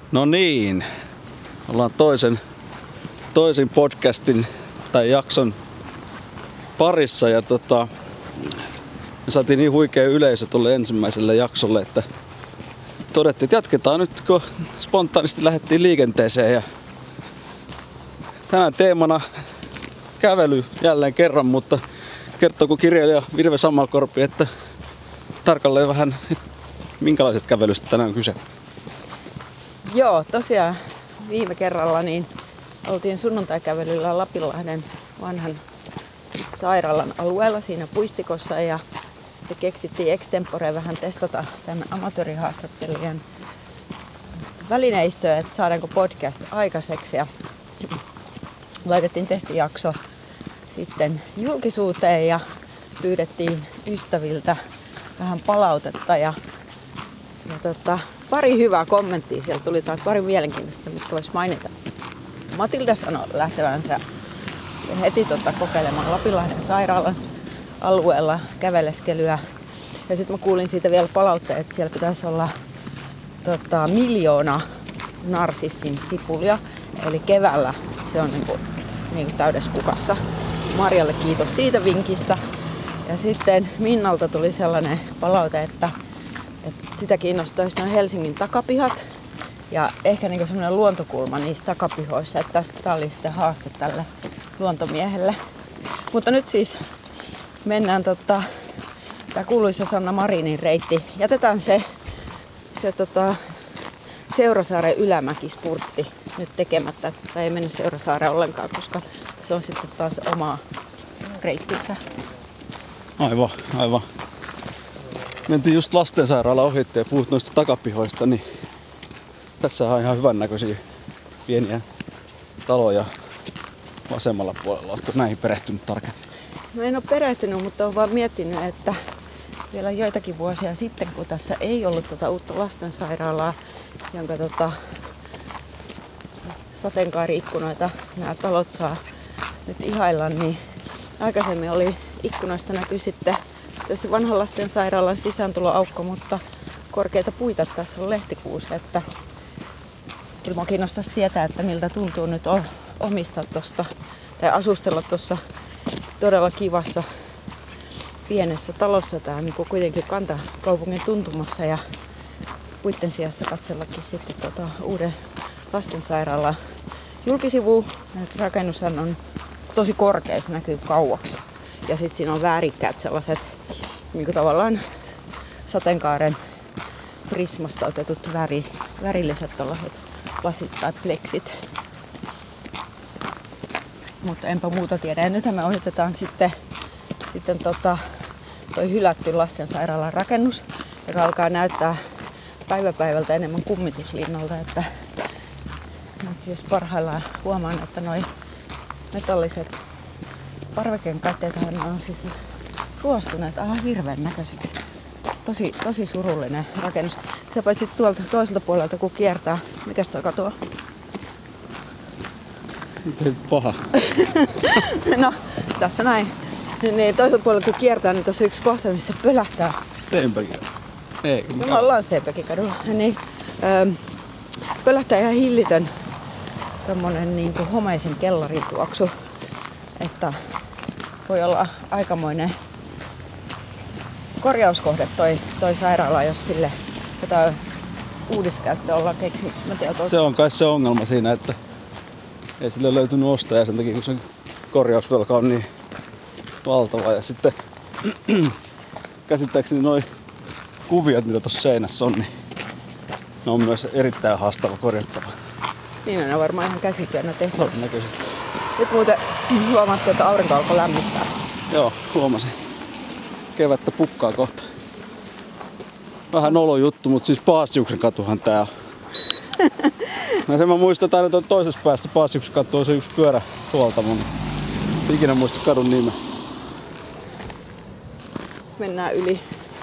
No niin, ollaan toisen podcastin tai jakson parissa ja me saatiin niin huikea yleisö tuolle ensimmäiselle jaksolle, että todettiin, että jatketaan nyt, kun spontaanisti lähdettiin liikenteeseen ja tänään teemana kävely jälleen kerran, mutta kertooko kirjailija Virve Sammalkorpi, että tarkalleen vähän, minkälaiset kävelystä tänään on kyse? Joo, tosiaan viime kerralla niin oltiin sunnuntaikävelyllä Lapinlahden vanhan sairaalan alueella siinä puistikossa ja sitten keksittiin extempore vähän testata tämän amatöörihaastattelijan välineistöä, että saadaanko podcast aikaiseksi ja laitettiin testijakso sitten julkisuuteen ja pyydettiin ystäviltä vähän palautetta ja pari hyvää kommenttia sieltä tuli tai pari mielenkiintoista, mitkä voisi mainita. Matilda sanoi lähtevänsä heti kokeilemaan Lapinlahden sairaalan alueella käveleskelyä. Ja sitten mä kuulin siitä vielä palautteet, että siellä pitäisi olla 1,000,000 narsissin sipulia. Eli keväällä se on niin kuin täydessä kukassa. Marjalle kiitos siitä vinkistä. Ja sitten Minnalta tuli sellainen palaute, että sitä kiinnostaisi noin Helsingin takapihat ja ehkä niin semmoinen luontokulma niissä takapihoissa, että tästä oli sitten haaste tälle luontomiehelle. Mutta nyt siis mennään tämä kuuluisa Sanna Marinin reitti. Jätetään se Seurasaaren ylämäkispurtti nyt tekemättä, tai ei mennä Seurasaareen ollenkaan, koska se on sitten taas oma reittinsä. Aivan. Mentiin just lastensairaalan ohitte ja puhut noista takapihoista, niin tässä on ihan hyvän näköisiä pieniä taloja vasemmalla puolella. Oletko näihin perehtynyt tarkemmin? No en ole perehtynyt, mutta olen vaan miettinyt, että vielä joitakin vuosia sitten, kun tässä ei ollut uutta lastensairaalaa, jonka sateenkaari-ikkunoita nämä talot saa nyt ihailla, niin aikaisemmin oli ikkunoista näkyi sitten tässä vanhan lastensairaalan sisääntuloaukko, mutta korkeita puita tässä on lehtikuusi, että kyllä minua kiinnostaisi tietää, että miltä tuntuu nyt omistaa tuosta tai asustella tuossa todella kivassa pienessä talossa. Tämä on niin kuitenkin kantakaupungin tuntumassa ja puitten sijasta katsellakin sitten uuden lastensairaalan julkisivu. Rakennushan on tosi korkea, se näkyy kauaksi. Ja sitten siinä on väärikkäät sellaiset niin tavallaan sateenkaaren prismasta otetut värilliset tällaiset lasit tai pleksit. Mutta enpä muuta tiedä. Ja nythän me ohitetaan sitten toi hylätty lastensairaalan rakennus, joka alkaa näyttää päivältä enemmän kummituslinnalta. Että nyt jos parhaillaan huomaan, että noi metalliset parvekenkaitteethan on siis ruostuneet aivan hirveän näköisiksi. Tosi surullinen rakennus. Sä paitsi tuolta toiselta puolelta kun kiertää. Mikäs toi katoa? Nyt paha. No, tässä näin. Niin toiselta puolelta kun kiertää, niin tässä on yksi kohta, missä pölähtää. Steenbergin. Ei, me ollaan Steenbergin kadulla. Niin, pölähtää ihan hillitön tommonen niin kuin homeisen kellarin tuoksu. Että voi olla aikamoinen korjauskohde toi sairaala, jos sille jotain uudiskäyttöä ollaan keksinyt. Se on kai se ongelma siinä, että ei sille löytynyt ostajaa sen takia, kun se korjausvelka on niin valtava. Ja sitten käsittääkseni noi kuviot, mitä tuossa seinässä on, niin ne on myös erittäin haastava korjattava. Niin on varmaan ihan käsityönä tehty. Todennäköisesti. Nyt muuten huomaatko, että aurinko alkoi lämmittää? Joo, huomasin. Kevättä pukkaa kohta. Vähän nolo juttu, mutta siis Paasiuksen katuhan tää on. No sen mä muistan, että aina toisessa päässä Paasiuksen katu on se yksi pyörähuoltamo. Ikinä muista kadun nimen. Mennään yli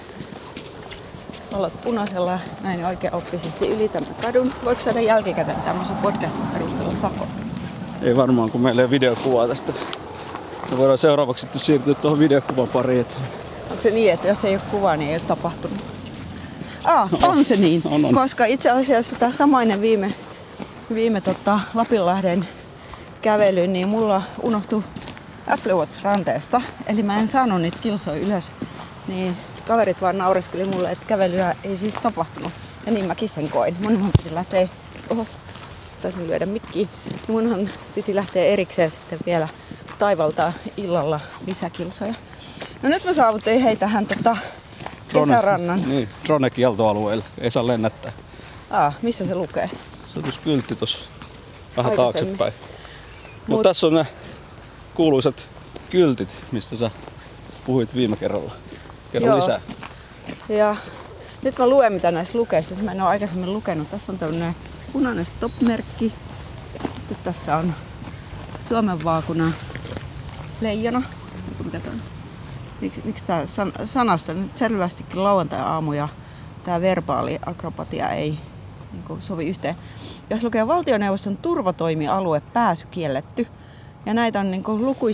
valot punaisella näin oikeaoppisesti yli tämän kadun. Voiko saada jälkikäteen tämmöisen podcastin perusteella sakot? Ei varmaan, kun meillä ei ole videokuvaa tästä. Me voidaan seuraavaksi sitten siirtyä tuohon videokuvan pariin. Onko se niin, että jos ei ole kuvaa, niin ei ole tapahtunut? On se niin. On. Koska itse asiassa tämä samainen viime Lapinlahden kävely, niin mulla unohtui Apple Watch ranteesta. Eli mä en saanut niitä kilsoja ylös. Niin kaverit vaan naureskeli mulle, että kävelyä ei siis tapahtunut. Ja niin mäkin sen koin. Munhan piti lähteä, taisin lyödä mikkiin. Munhan piti lähteä erikseen sitten vielä taivaltaa illalla lisäkilsoja. No nyt mä saavutin tähän kesärannan. Niin, drone-kieltoalueelle. Ei saa lennättää. Missä se lukee? Se on tuossa kyltti tuossa vähän taaksepäin. Mutta tässä on ne kuuluisat kyltit, mistä sä puhuit viime kerralla. Kerro lisää. Ja nyt mä luen, mitä näissä lukee. Siis mä en ole aikaisemmin lukenut. Tässä on tämmönen punainen stop-merkki. Sitten tässä on Suomen vaakuna leijona. Mikä tää on? Miksi tää sanasta nyt selvästikin lauantai-aamu ja tää verbaali akrobatia ei sovi yhteen. Jos lukee valtioneuvoston turvatoimialue pääsy kielletty. Ja näitä on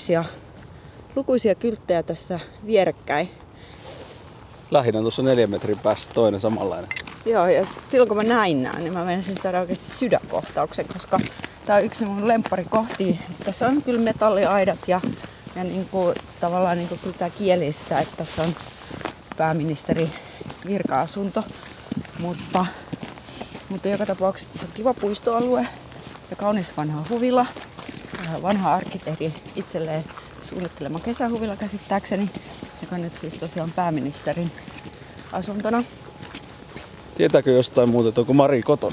lukuisia kylttejä tässä vierekkäin. Lähinnä tuossa 4 metrin päässä toinen samanlainen. Joo, ja silloin kun mä näin nää, niin mä menisin saada oikeasti sydänkohtauksen, koska tää on yksi mun lempparikohtia. Tässä on kyllä metalliaidat ja tavallaan kyllä tää kieli sitä, että tässä on pääministeri virka-asunto. Mutta joka tapauksessa tässä on kiva puistoalue ja kaunis vanha huvila. Se on vanha arkkitehdi itselleen suunnittelema kesähuvila käsittääkseni, joka nyt siis tosiaan pääministerin asuntona. Tietääkö jostain muuta, että onko Mari kotona?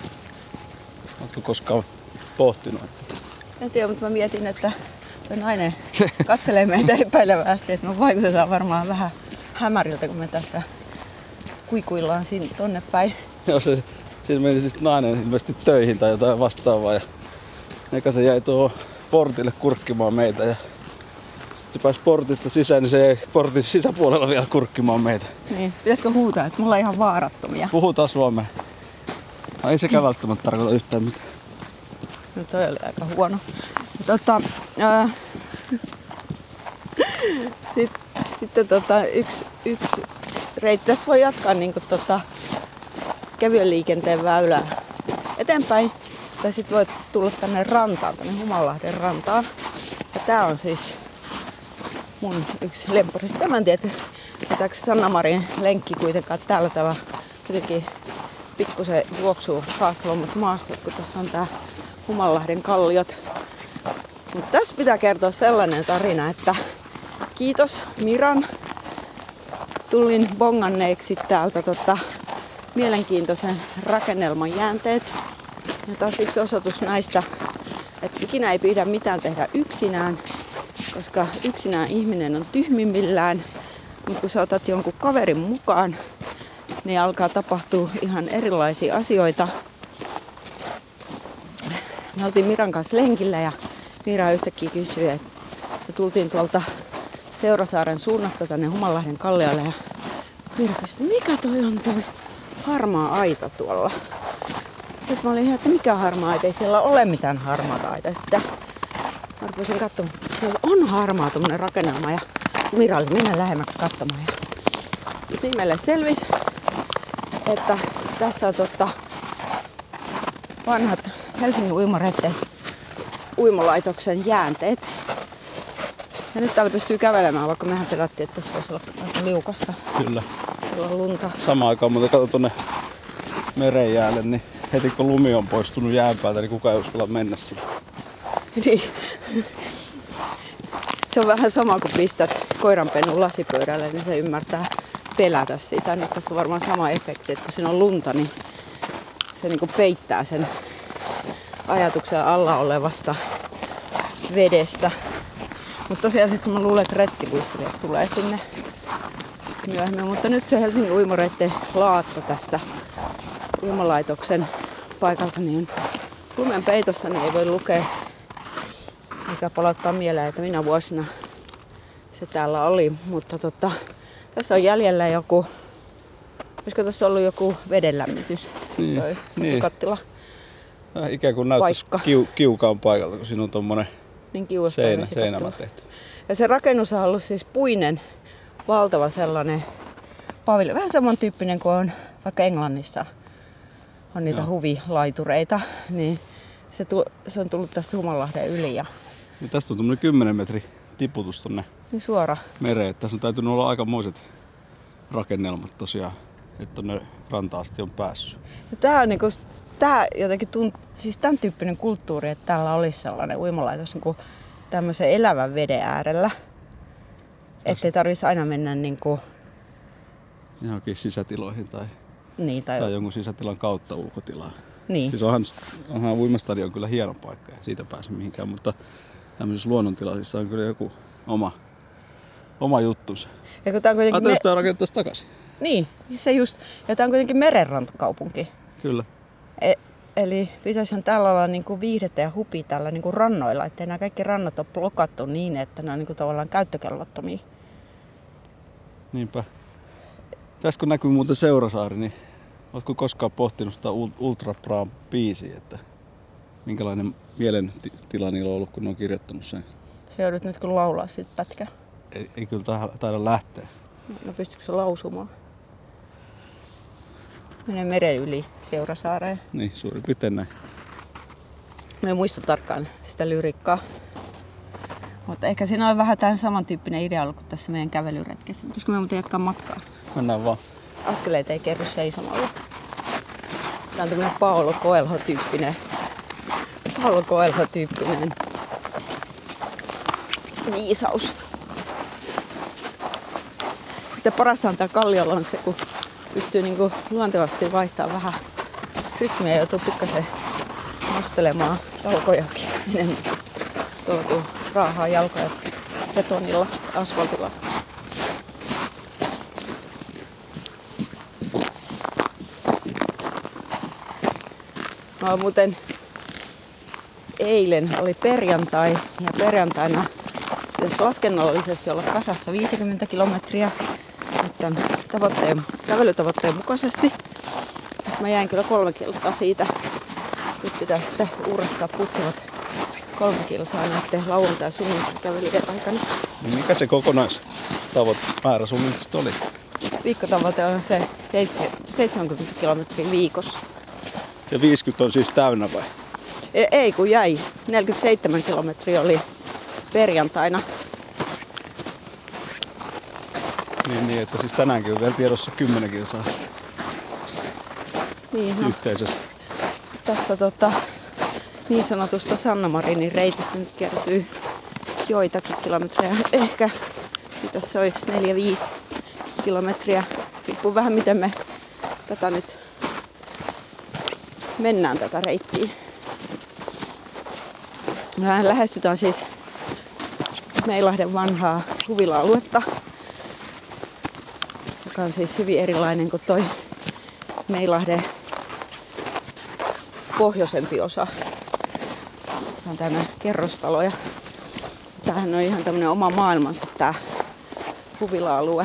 Oletko koskaan pohtinut? En tiedä, mutta mä mietin, että tuo nainen katselee meitä epäilevästi, että me vaikutetaan varmaan vähän hämäriltä, kun me tässä kuikuillaan tonne päin. Joo, siinä meni siis nainen ilmeisesti töihin tai jotain vastaavaa ja eikä se jäi tuohon portille kurkkimaan meitä ja sitten se pääsi portista sisään, niin se jäi portin sisäpuolella vielä kurkkimaan meitä. Niin, pitäisikö huutaa, että mulla on ihan vaarattomia? Puhutaan suomea. No, ei sekään välttämättä tarkoita yhtään mitään. No toi oli aika huono. Sitten yksi reitti. Tässä voi jatkaa kevyen liikenteen väylää eteenpäin. Tai sitten voit tulla tänne rantaan, tänne Humanlahden rantaan. Ja tää on siis mun yksi lempparista. Mä en tiedä, pitääkö Sanna Marin lenkki kuitenkaan täällä tämä jotenkin pikkusen juoksuu haastavammat maastot, kun tässä on tää Humanlahden kalliot. Mutta tässä pitää kertoa sellainen tarina, että kiitos Miran. Tulin bonganneeksi täältä mielenkiintoisen rakennelman jäänteet. Ja taas yksi osoitus näistä, että ikinä ei pidä mitään tehdä yksinään, koska yksinään ihminen on tyhmimmillään. Mutta kun sä otat jonkun kaverin mukaan, niin alkaa tapahtua ihan erilaisia asioita. Me oltiin Miran kanssa lenkillä ja Mira yhtäkkiä kysyi, että me tultiin tuolta Seurasaaren suunnasta tänne Humanlahden kalliolle ja Mira kysyi, että mikä toi on toi harmaa aita tuolla. Sitten mä olin ihan, että mikä harmaa aita, ei siellä ole mitään harmaata aita. Sitten mä rupesin katsomaan, että siellä on harmaa tommonen rakennelma ja Mira oli mennä lähemmäksi katsomaan. Ja niin meille selvisi, että tässä on vanhat Helsingin uimareiden uimalaitoksen jäänteet. Ja nyt täällä pystyy kävelemään, vaikka mehän pelättiin, että tässä voisi olla aika liukasta. Kyllä. Siellä on lunta. Samaan aikaan, mutta katso tuonne meren jäälle, niin heti kun lumi on poistunut jään päältä, niin kukaan ei uskalla mennä siihen. Niin. Se on vähän sama kuin pistät koiranpennun lasipöydälle, niin se ymmärtää pelätä sitä. Nyt tässä on varmaan sama efekti, että kun siinä on lunta, niin se niinku peittää sen ajatuksen alla olevasta vedestä. Mutta tosiaan sitten mä luulen, että rettipuistelijat tulee sinne myöhemmin. Mutta nyt se Helsingin uimareiden laatta tästä uimalaitoksen paikalta niin lumen peitossa, niin ei voi lukea eikä palauttaa mieleen, että minä vuosina se täällä oli. Mutta tässä on jäljellä joku, olisiko tässä ollut joku vedenlämmitys, niin. Kattila. Ikään kuin näyttäisi kiukaan paikalta, kun siinä on tommonen niin seinämä tehty. Ja se rakennus on ollut siis puinen, valtava sellainen paviljonia. Vähän samantyyppinen kuin on vaikka Englannissa on niitä huvilaitureita, niin se on tullut tästä Humanlahden yli. Ja tästä on tuommoinen 10 metri tiputus tonne niin suora mereen. Tässä on täytynyt olla aikamoiset rakennelmat tosiaan, että tonne rantaan asti on päässyt. Ja tää on niinku, tää jotenkin siis tämän tyyppinen kulttuuri, että täällä olisi sellainen uimalaitos niinku tämmöisen elävän veden äärellä. Ettei tarvitsisi aina mennä niinku johonkin sisätiloihin tai jonkun sisätilan kautta ulkotilaan. Niin. Siis onhan uimastadion kyllä hieno paikka ja siitä pääse mihinkään, mutta tämmöisissä luonnontilaisissa on kyllä joku oma juttunsa. Ajattelin, että sitä rakennettaisiin takaisin. Niin, se just. Ja tää on kuitenkin merenrantakaupunki. Kyllä. Eli pitäisihän täällä olla niinku viihdettä ja hupi täällä niinku rannoilla, ettei nämä kaikki rannat ole blokattu niin, että ne on niinku tavallaan käyttökelvottomia. Niinpä. Tässä kun näkyy muuten Seurasaari, niin oletko koskaan pohtinut sitä Ultra Braan biisiä, että minkälainen mielentila niillä on ollut, kun ne on kirjoittanut sen? Se joudut nyt kun laulaa siitä pätkää. Ei kyllä taida lähteä. No pystytkö se lausumaan? Menee meren yli Seurasaareen. Niin, suurin piirtein näin. Mä en muista tarkkaan sitä lyrikkaa. Mutta ehkä siinä on vähän tämän samantyyppinen idea ollut kuin tässä meidän kävelyretkessä. Pitäisikö me muuten jatkaa matkaa? Mennään vaan. Askeleet ei kerry seisomalla. Tämä on tämmöinen Paulo Coelho-tyyppinen viisaus. Sitten parasta on tää Kalliolla on se, kun pystyy niinku luontevasti vaihtamaan vähän rytmiä ja joutuu pikkasen nostelemaan jalkojakin enemmän. Tuolla kun raahaa jalkoja betonilla, asfaltilla. No, muuten eilen oli perjantai ja perjantaina pitäisi laskennallisesti olla kasassa 50 kilometriä kävelytavoitteen mukaisesti. Mä jäin kyllä 3 kilsaa siitä. Nyt pitää sitten uurastaa putkivat 3 kilsaa näiden lauantai- ja sunnuntai-kävelyiden aikana. Niin mikä se kokonaistavoitemäärä sun nyt oli? Viikkotavoite on se 70 kilometriä viikossa. Ja 50 on siis täynnä vai? Ei kun jäi. 47 kilometriä oli perjantaina. Niin, että siis tänäänkin on vielä tiedossa 10 kilsaa niin, no. Yhteisesti. Tästä niin sanotusta Sanna Marinin reitistä nyt kertyy joitakin kilometrejä. Ehkä mitä se olisi 4-5 kilometriä. Riippuu vähän miten me tätä nyt mennään tätä reittiä. Me lähestytään siis Meilahden vanhaa huvila-aluetta, joka on siis hyvin erilainen kuin toi Meilahden pohjoisempi osa. Tämä on tämmöinen kerrostaloja. Tämähän on ihan tämmöinen oma maailmansa tää huvila-alue.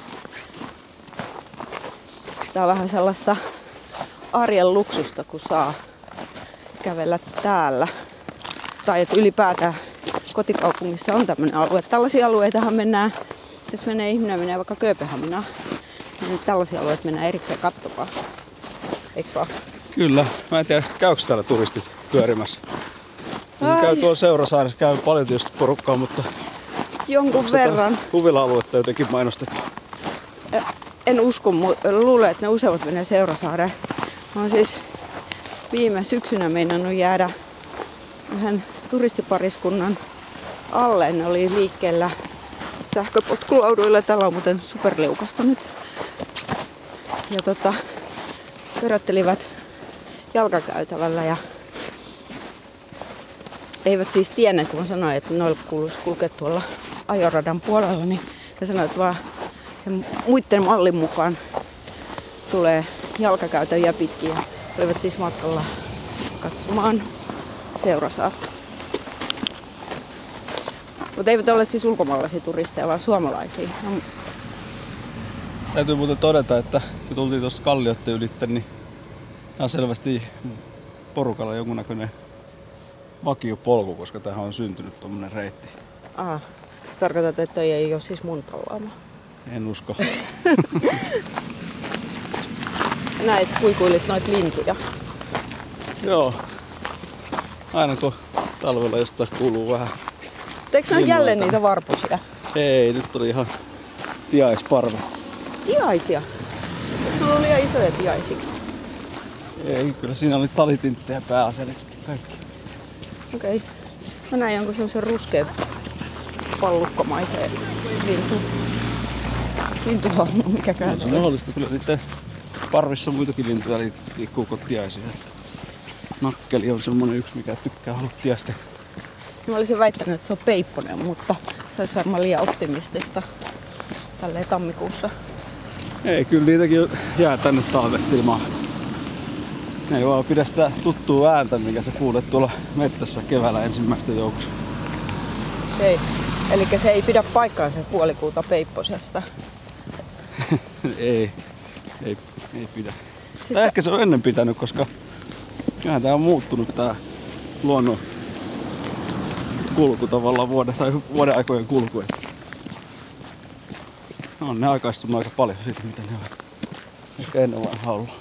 Tää on vähän sellaista arjen luksusta, kun saa kävellä täällä. Tai että ylipäätään kotikaupungissa on tämmöinen alue. Tällaisia alueitahan mennään, jos ihminen menee vaikka Kööpenhaminaan, niin tällaisia alueita mennään erikseen katsomaan. Eiks vaan? Kyllä. Mä en tiedä, käykö täällä turistit pyörimässä. Käy tuolla Seurasaaressa, käy paljon tietysti porukkaa, mutta jonkun verran. Huvila-aluetta jotenkin mainostettu. En usko, luulen, että ne useimmat menee Seurasaareen. Mä oon siis viime syksynä meinannut jäädä yhden turistipariskunnan alle. Ne oli liikkeellä sähköpotkulauduilla. Täällä on muuten superliukasta nyt. Ja köröttelivät jalkakäytävällä ja eivät siis tienneet, kun mä sanoin, että noilla kuuluisi kulkea tuolla ajoradan puolella, niin he sanoivat vaan muiden mallin mukaan tulee jalkakäytäviä pitkin ja olivat siis matkalla katsomaan Seurasaarta. Mutta eivät ole siis ulkomaalaisia turisteja, vaan suomalaisia. Täytyy muuten todeta, että kun tultiin tuossa kallioiden ylitte, niin tämä on selvästi porukalla jonkunnäköinen vakiopolku, koska tähän on syntynyt tuommoinen reitti. Se tarkoittaa, että toi ei ole siis mun tallaama. En usko. Näet, kuikuilit noita lintuja. Joo. Aina kun talvella jostain kuuluu vähän. Eikö ne ole jälleen niitä varpusia? Ei, nyt tuli ihan tiaisparve. Tiaisia? Eikö sulla ollut liian isoja tiaisiksi? Ei, kyllä siinä oli talitinttejä pääasiallisesti kaikki. Okei. Mä näin jonkun semmosen ruskeen pallukkomaiseen lintuhahmo, mikäkään se on. Mahdollista, kyllä niiden parvissa muitakin lintuja liikkuu kuin tiaisia. Nakkeli on semmonen yksi, mikä tykkää haluttiasti. Mä olisin väittänyt, että se on peipponen, mutta se olisi varmaan liian optimistista tälleen tammikuussa. Ei, kyllä niitäkin jää tänne talvettimaan. Ne ei vaan pidä sitä tuttua ääntä, mikä sä kuulet tuolla mettässä keväällä ensimmäistä joukossa. Ei. Eli se ei pidä paikkaansa puolikuuta peipposesta. ei pidä. Tai ehkä se on ennen pitänyt, koska kyllähän tää on muuttunut tää luonnon kulku tavallaan vuoden aikojen kulku. On ne aikaistunut aika paljon siitä, mitä ne on ehkä ennen vanhaa ollut.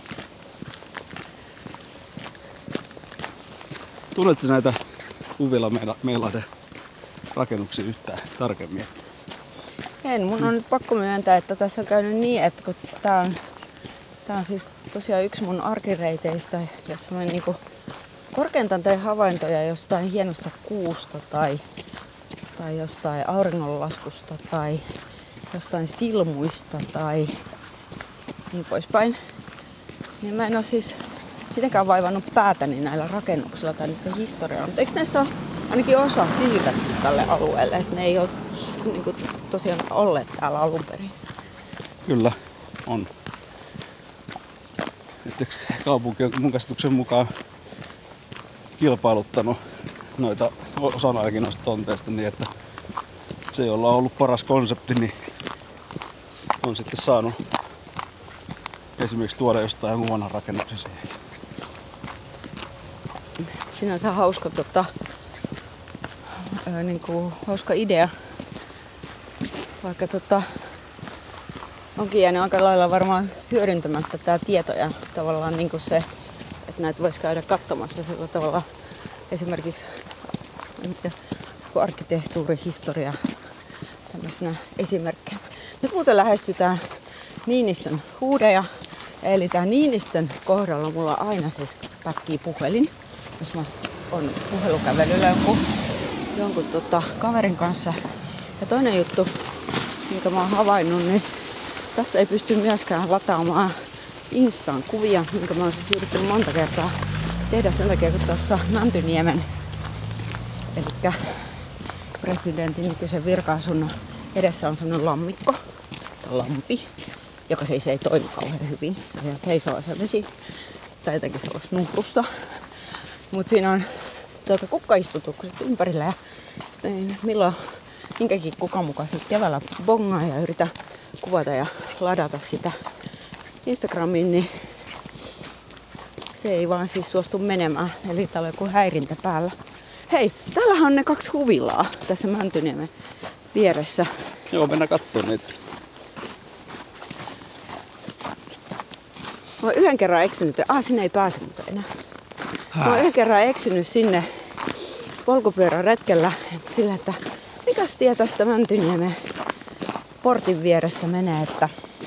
Tunnetko näitä Uvila-Meilahden rakennuksia yhtään tarkemmin? En, mun on nyt pakko myöntää, että tässä on käynyt niin, että kun tää on siis tosiaan yksi mun arkireiteistä, jossa mä niinku korkeintaan tein havaintoja jostain hienosta kuusta tai jostain auringonlaskusta tai jostain silmuista tai niin poispäin. Niin mä en oo siis mitenkään vaivannut päätäni näillä rakennuksilla tai niiden historialla. Mutta eikö näissä ole ainakin osa siirretty tälle alueelle, että ne ei ole niin tosiaan olleet täällä alun perin? Kyllä, on. Kaupunki on mun käsityksen mukaan kilpailuttanut noita osan ainakin noista tonteista niin, että se, jolla on ollut paras konsepti, niin on sitten saanut esimerkiksi tuoda jostain jonkun vanhan rakennuksen siihen. Sinänsä hauska, hauska idea, vaikka onkin jäänyt aika lailla varmaan hyödyntämättä tää tieto ja tavallaan niin kuin se, että näitä voisi käydä katsomassa sillä tavalla esimerkiksi arkkitehtuurihistoria tämmöisenä esimerkkeinä. Nyt muuten lähestytään Niinistön huudeja, eli tää Niinistön kohdalla mulla aina siis pätkii puhelin, jos mä oon puhelukävelyllä jonkun kaverin kanssa. Ja toinen juttu, minkä mä oon havainnut, niin tästä ei pysty myöskään lataamaan Instaan kuvia, minkä mä oon siis yrittänyt monta kertaa tehdä sen takia, kun tuossa Mäntyniemen, eli presidentin nykyisen virka-asunnon edessä on sellainen lammikko, tai lampi, joka siis ei toimi kauhean hyvin. Se seisoo se vesi, tai jotenkin sellaista nuhrusta. Mutta siinä on kukkaistutukset ympärillä ja milloin minkäkin kukan mukaan sitten keväällä bongaa ja yritä kuvata ja ladata sitä Instagramiin, niin se ei vaan siis suostu menemään. Eli täällä on joku häirintä päällä. Hei, täällähän on ne 2 huvilaa tässä Mäntyniemen vieressä. Joo, mennään katsomaan niitä. Mä oon yhden kerran eksynyt, sinne ei pääse mutta enää. Mä oon yhden kerran eksynyt sinne polkupyöräretkellä sillä, että mikäs tie tästä Mäntyniemen portin vierestä menee, että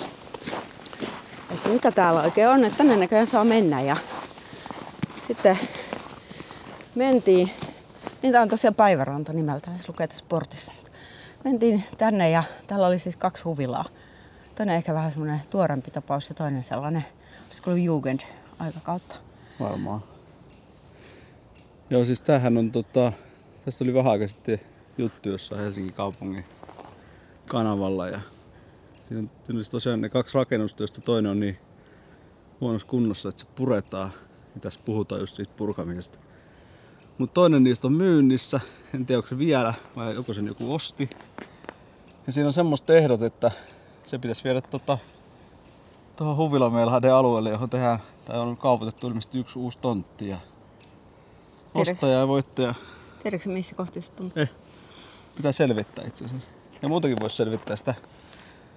mitä täällä oikein on, että tänne näköjään saa mennä. Ja sitten mentiin, niin tää on tosiaan Päiväranta nimeltään, se lukee tässä portissa. Mentiin tänne ja täällä oli siis 2 huvilaa. Toinen ehkä vähän semmoinen tuorempi tapaus ja toinen sellainen, olisiko ollut Jugend-aikakautta. Varmaan. Joo, siis tämähän on tästä oli vähän aikaa sitten juttu jossain Helsingin kaupungin kanavalla ja siinä on tosiaan ne 2 rakennusta, joista toinen on niin huonossa kunnossa, että se puretaan. Ja tässä puhutaan just siitä purkamisesta. Mutta toinen niistä on myynnissä, en tiedä onko se vielä vai joku sen joku osti. Ja siinä on semmoista ehdot, että se pitäisi viedä tuohon Huvila-Meilahden alueelle, johon tehdään, tai on kaupotettu ilmeisesti 1 uusi tontti. Ja ostaja ja voittaja. Tiedätkö missä kohti se tuntuu? Pitää selvittää itse asiassa. Ja muutenkin voisi selvittää sitä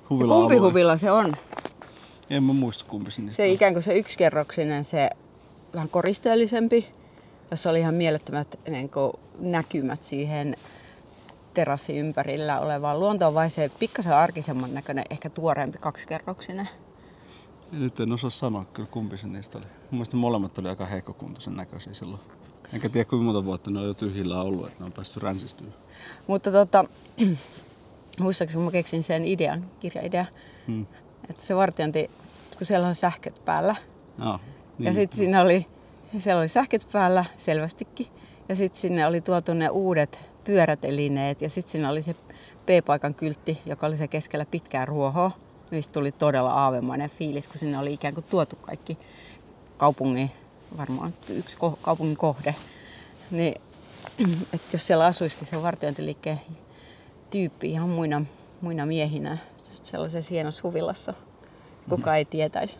Kumpi huvila se on? En mä muista kumpi se niistä se ikään kuin se yksikerroksinen, se vähän koristeellisempi. Tässä oli ihan mielettömät niin kuin näkymät siihen terassin ympärillä olevaan luontoon, vai se pikkasen arkisemman näköinen, ehkä tuoreempi kaksikerroksinen? Ja nyt en osaa sanoa kyllä kumpi se niistä oli. Mun mielestä molemmat oli aika heikkokuntoisen näköisiä silloin. Enkä tiedä kuinka monta vuotta ne on jo tyhjillään ollut, että ne on päästy ränsistyä. Mutta muistaakseni kun mä keksin sen kirjaidean, että se vartiointi, kun siellä on sähköt päällä. No, niin. Ja sitten siellä oli sähköt päällä selvästikin. Ja sitten sinne oli tuotu ne uudet pyörätelineet ja sitten siinä oli se P-paikan kyltti, joka oli se keskellä pitkää ruohoa. Mistä tuli todella aavemainen fiilis, kun sinne oli ikään kuin tuotu kaikki kaupungin, varmaan yksi kaupungin kohde. Niin, että jos siellä asuisikin se vartiointiliikkeen tyyppi ihan muina miehinä sellaisessa hienossa huvilassa, kukaan ei tietäisi.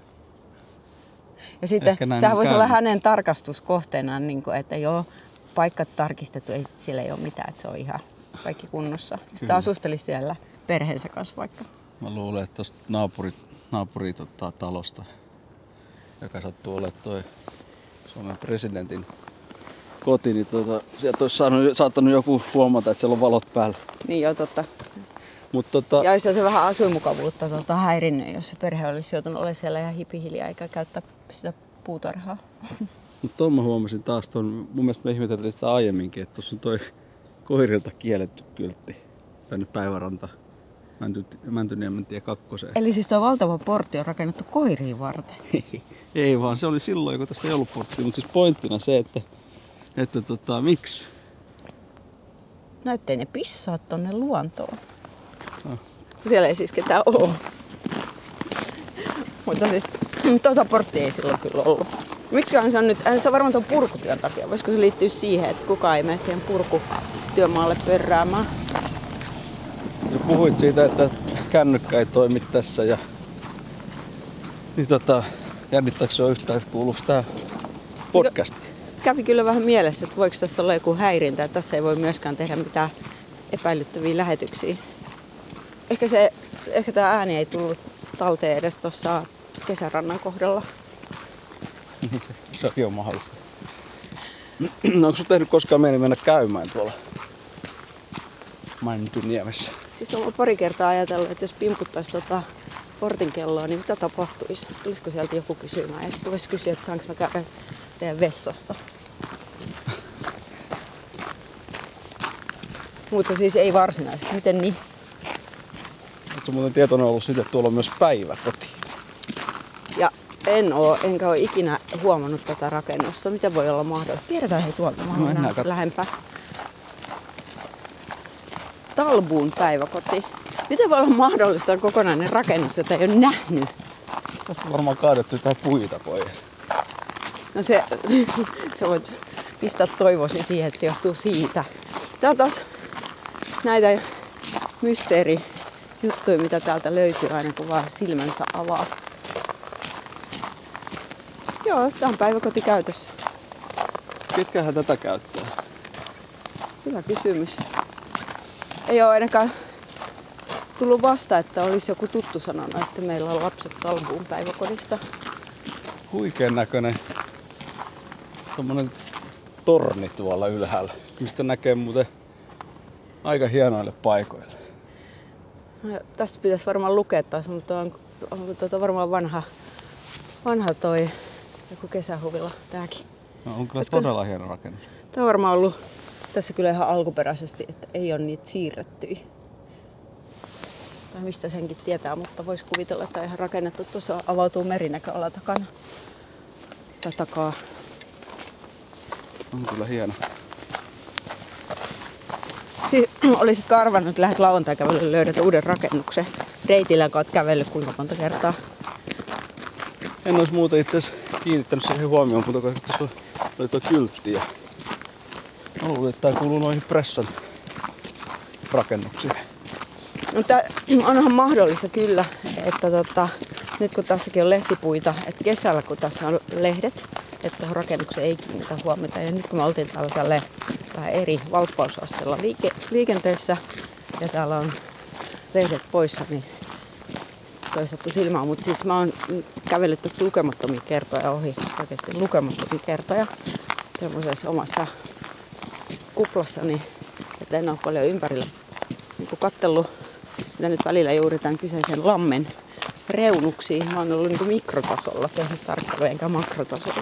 Ja sitten sehän voisi olla hänen tarkastuskohteenaan, niin kuin, että joo, paikka tarkistettu, siellä ei ole mitään, että se on ihan kaikki kunnossa. Sitten asustelisi siellä perheensä kanssa vaikka. Mä luulen, että tuosta naapuri talosta, joka sattuu olemaan toi Suomen presidentin koti, niin sieltä olisi saattanut joku huomata, että siellä on valot päällä. Niin joo, totta. Ja olisi se vähän asuinmukavuutta häirinnyt, jos se perhe olisi joutunut olemaan siellä ihan hipihiljaa eikä käyttää sitä puutarhaa. Mutta tuon mä huomasin taas mun mielestä me ihmeteltiin sitä aiemminkin, että tuossa on toi koirilta kielletty kyltti tänne Päiväranta Mäntyniemen tie 2. Eli siis tuo valtava portti on rakennettu koiriin varten? Ei vaan, se oli silloin, kun tässä ei ollut porttia, mutta siis pointtina se, että miksi? No ettei ne pissaa tonne luontoon. No. Siellä ei siis ketään ole. Mutta siis tuota porttia ei silloin kyllä ollut. Miksiköhän se on nyt? Se on varmaan tuon purkutyön takia. Voisiko se liittyä siihen, että kukaan ei mene siihen purkutyömaalle pörräämään? Ja puhuit siitä, että kännykkä ei toimi tässä ja niin jännittääkö se yhtään, että kuuluuko tää podcasti? Kävi kyllä vähän mielessä, että voiko tässä olla joku häirintä, että tässä ei voi myöskään tehdä mitään epäilyttäviä lähetyksiä. Ehkä tää ääni ei tullut talteen edes tuossa kesärannan kohdalla. Se on mahdollista. No, onko sun tehnyt koskaan mieli mennä käymään tuolla Mäntyniemessä? Siis olen pari kertaa ajatellut, että jos pimputtaisi portin kelloa, niin mitä tapahtuisi? Tulisiko sieltä joku kysymään? Ja sitten voisi kysyä, että saanko mä käydä teidän vessassa. Mutta siis ei varsinaisesti. Miten niin? Oletko muuten tietoinen ollut siitä, että tuolla on myös päiväkoti? Ja enkä ole ikinä huomannut tätä rakennusta. Miten voi olla mahdollista? Tiedetään hei tuolta, mä haluan nähdä sen lähempää. Talbuun päiväkoti. Miten voi olla mahdollista kokonainen rakennus, jota ei ole nähnyt? Tästä on varmaan kaadettu jotain puita pois. No sä voit pistää toivosi siihen, että se johtuu siitä. Tää on taas näitä mysteerijuttuja, mitä täältä löytyy aina kun vaan silmänsä avaa. Joo, tää on päiväkoti käytössä. Ketkähän tätä käyttää? Hyvä kysymys. Ei ole ainakaan tullut vasta, että olisi joku tuttu sanonut, että meillä on lapset Talbuun päiväkodissa. Huikean näköinen tommonen torni tuolla ylhäällä, mistä näkee muuten aika hienoille paikoille. No, tästä pitäisi varmaan lukea taas, mutta on varmaan vanha toi joku kesähuvila tääkin. No, on kyllä todella hieno rakennus. Tää on varmaan ollut tässä kyllä ihan alkuperäisesti, että ei ole niitä siirrettyjä. Tai mistä senkin tietää, mutta voisi kuvitella, että ihan rakennettu. Tuossa avautuu merinäköala takana. Tai takaa. On kyllä hieno. Siis olisitko arvannut, että lähdet lauantai-kävelylle löydät uuden rakennuksen reitillä, kun olet kävellyt kuinka monta kertaa? En olisi muuten itse asiassa kiinnittänyt siihen huomioon, mutta kun tuossa oli tuo kyltti. Ja mä luulen, että tämä kuuluu noihin pressan rakennuksiin. Mutta onhan mahdollista kyllä, että nyt kun tässäkin on lehtipuita, että kesällä kun tässä on lehdet, että tuohon rakennukseen ei kiinnitä huomiota. Ja nyt kun me oltiin täällä tälle vähän eri valppausasteella liikenteessä ja täällä on lehdet poissa, niin toi sattui silmään, mutta siis mä oon kävellyt tässä lukemattomia kertoja ohi, oikeasti lukemattomia kertoja tämmöisessä omassa kuplassani, että en ole paljon ympärillä niin katsellut, mitä nyt välillä juuri tämän kyseisen lammen reunuksiin. Mä oon ollut niin mikrotasolla tehnyt tarkkailuja enkä makrotasolla.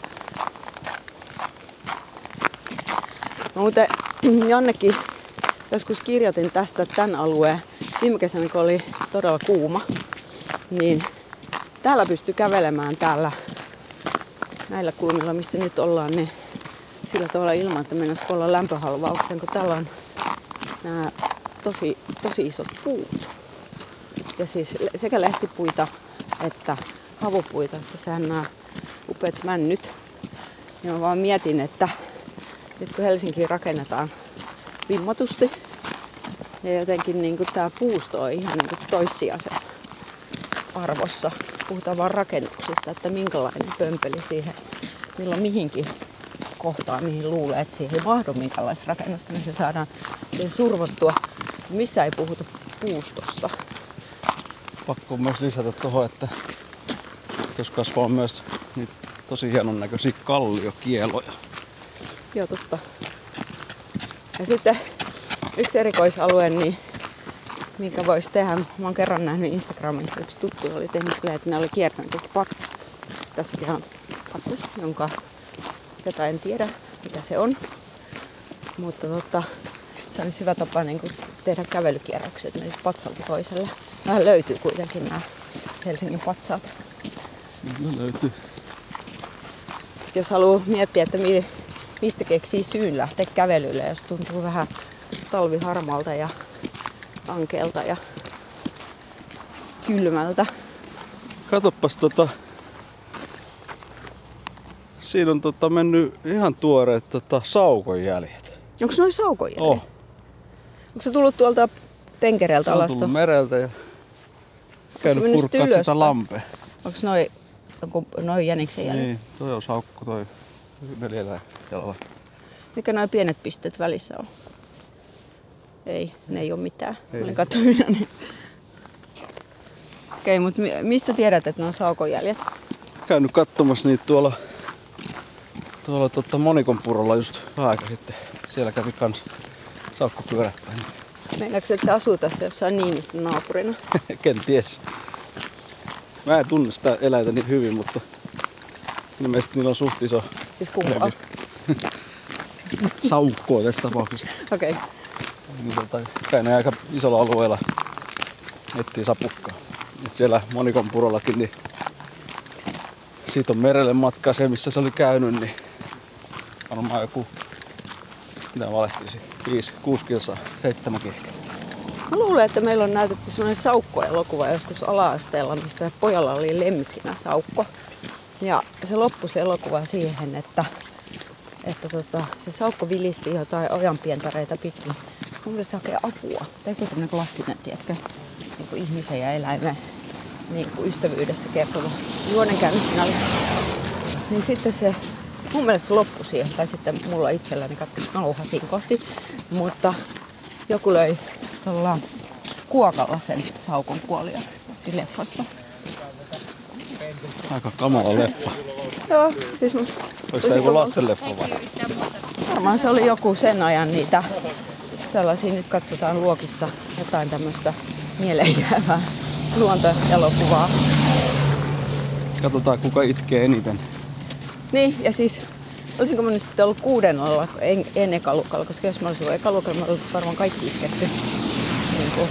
Mä muuten jonnekin joskus kirjoitin tästä tämän alueen viime kesänä, kun oli todella kuuma, niin täällä pystyi kävelemään näillä kulmilla, missä nyt ollaan, niin sillä tavalla ilman, että mennäisi olla lämpöhalvaukseen, kun täällä on nämä tosi isot puut. Ja siis sekä lehtipuita että havupuita, että sehän nämä upeat männyt. Ja mä vaan mietin, että nyt kun Helsinkiin rakennetaan vimmatusti ja jotenkin niin tämä puusto on ihan niin toissijaisessa arvossa. Puhutaan vaan rakennuksista, että minkälainen pömpeli siihen, milloin mihinkin kohtaan, mihin luulee, että siihen ei mahdu minkälaista rakennusta, niin se saadaan siihen survottua. Missä ei puhuta puustosta. Pakko myös lisätä tuohon, että jos kasvaa myös niitä tosi hienon näköisiä kalliokieloja. Joo, totta. Ja sitten yksi erikoisalue, niin minkä voisi tehdä, mä oon kerran nähnyt Instagramissa, yksi tuttu oli tehnyt silleen, että ne oli kiertänyt kaikki patsa. Tässäkin on patsas, jota en tiedä, mitä se on. Mutta se olisi hyvä tapa niin tehdä kävelykierrokset, menisi patsalta toiselle. Vähän löytyy kuitenkin nämä Helsingin patsaat. Ne löytyy. Jos haluaa miettiä, että mistä keksii syyn lähteä kävelylle, jos tuntuu vähän talviharmalta ja ankeelta ja kylmältä. Katoppas siinä on mennyt ihan tuoreet saukonjäljet. Onko noi saukonjäljet? Oh. Onko se tullut tuolta penkereeltä alas? Se on tullut mereltä ja käynyt purkkaat sitä lampea. Onko noi jäniksen jäljet? Niin, toi on saukko, toi 4 jalalla. Mikä noi pienet pisteet välissä on? Ei, ne ei ole mitään. Ei. Olin katsoina. Niin. Okei, mutta mistä tiedät, että ne on saukonjäljet? Käynyt katsomassa niitä tuolla Monikon purolla just vähän aika sitten. Siellä kävi kans saukko pyörättäen. Meinaatko, että se asuu tässä jossain Niinistön naapurina? Kenties. Mä en tunne sitä eläintä niin hyvin, mutta ilmeisesti niillä on suht iso. Siis kumpaa? Saukkoa tässä tapauksessa. Okei. Okay. Niin, käy ne aika isolla alueella etsii sapuskaa. Et siellä Monikon purollakin, niin siitä on merelle matkaa se, missä se oli käynyt, niin varmaan joku, mitä valehtiisi, 5-6 kilsaa, 7 ehkä. Mä luulen, että meillä on näytetty sellainen saukko-elokuva joskus ala-asteella, missä pojalla oli lemmikkinä saukko. Ja se loppui se elokuva siihen, että se saukko vilisti jotain ojanpientareita pitkin. Mun mielestä se hakee apua. Tai joku tämmönen klassinen, tiedätkö, niin kuin ihmisen ja eläimen niin kuin ystävyydestä kertova juonenkäynnissä. Niin sitten se, mun mielestä se loppui siihen. Tai sitten mulla itselläni katkesi nauha siinä kohti. Mutta joku löi kuokalla sen saukon kuoliaksi siinä leffassa. Aika kamala leffa. Joo, siis oliko tämä joku lastenleffa vai? Varmaan se oli joku sen ajan niitä sellaisia, nyt katsotaan luokissa jotain tämmöistä mieleenjäävää luontoelokuvaa. Katsotaan kuka itkee eniten. Niin, ja siis olisinko mä nyt sitten ollut 6. en ekaluokalla, koska jos mä olisin ollut ekaluokalla, mä olisin varmaan kaikki itketty. Niin kuin,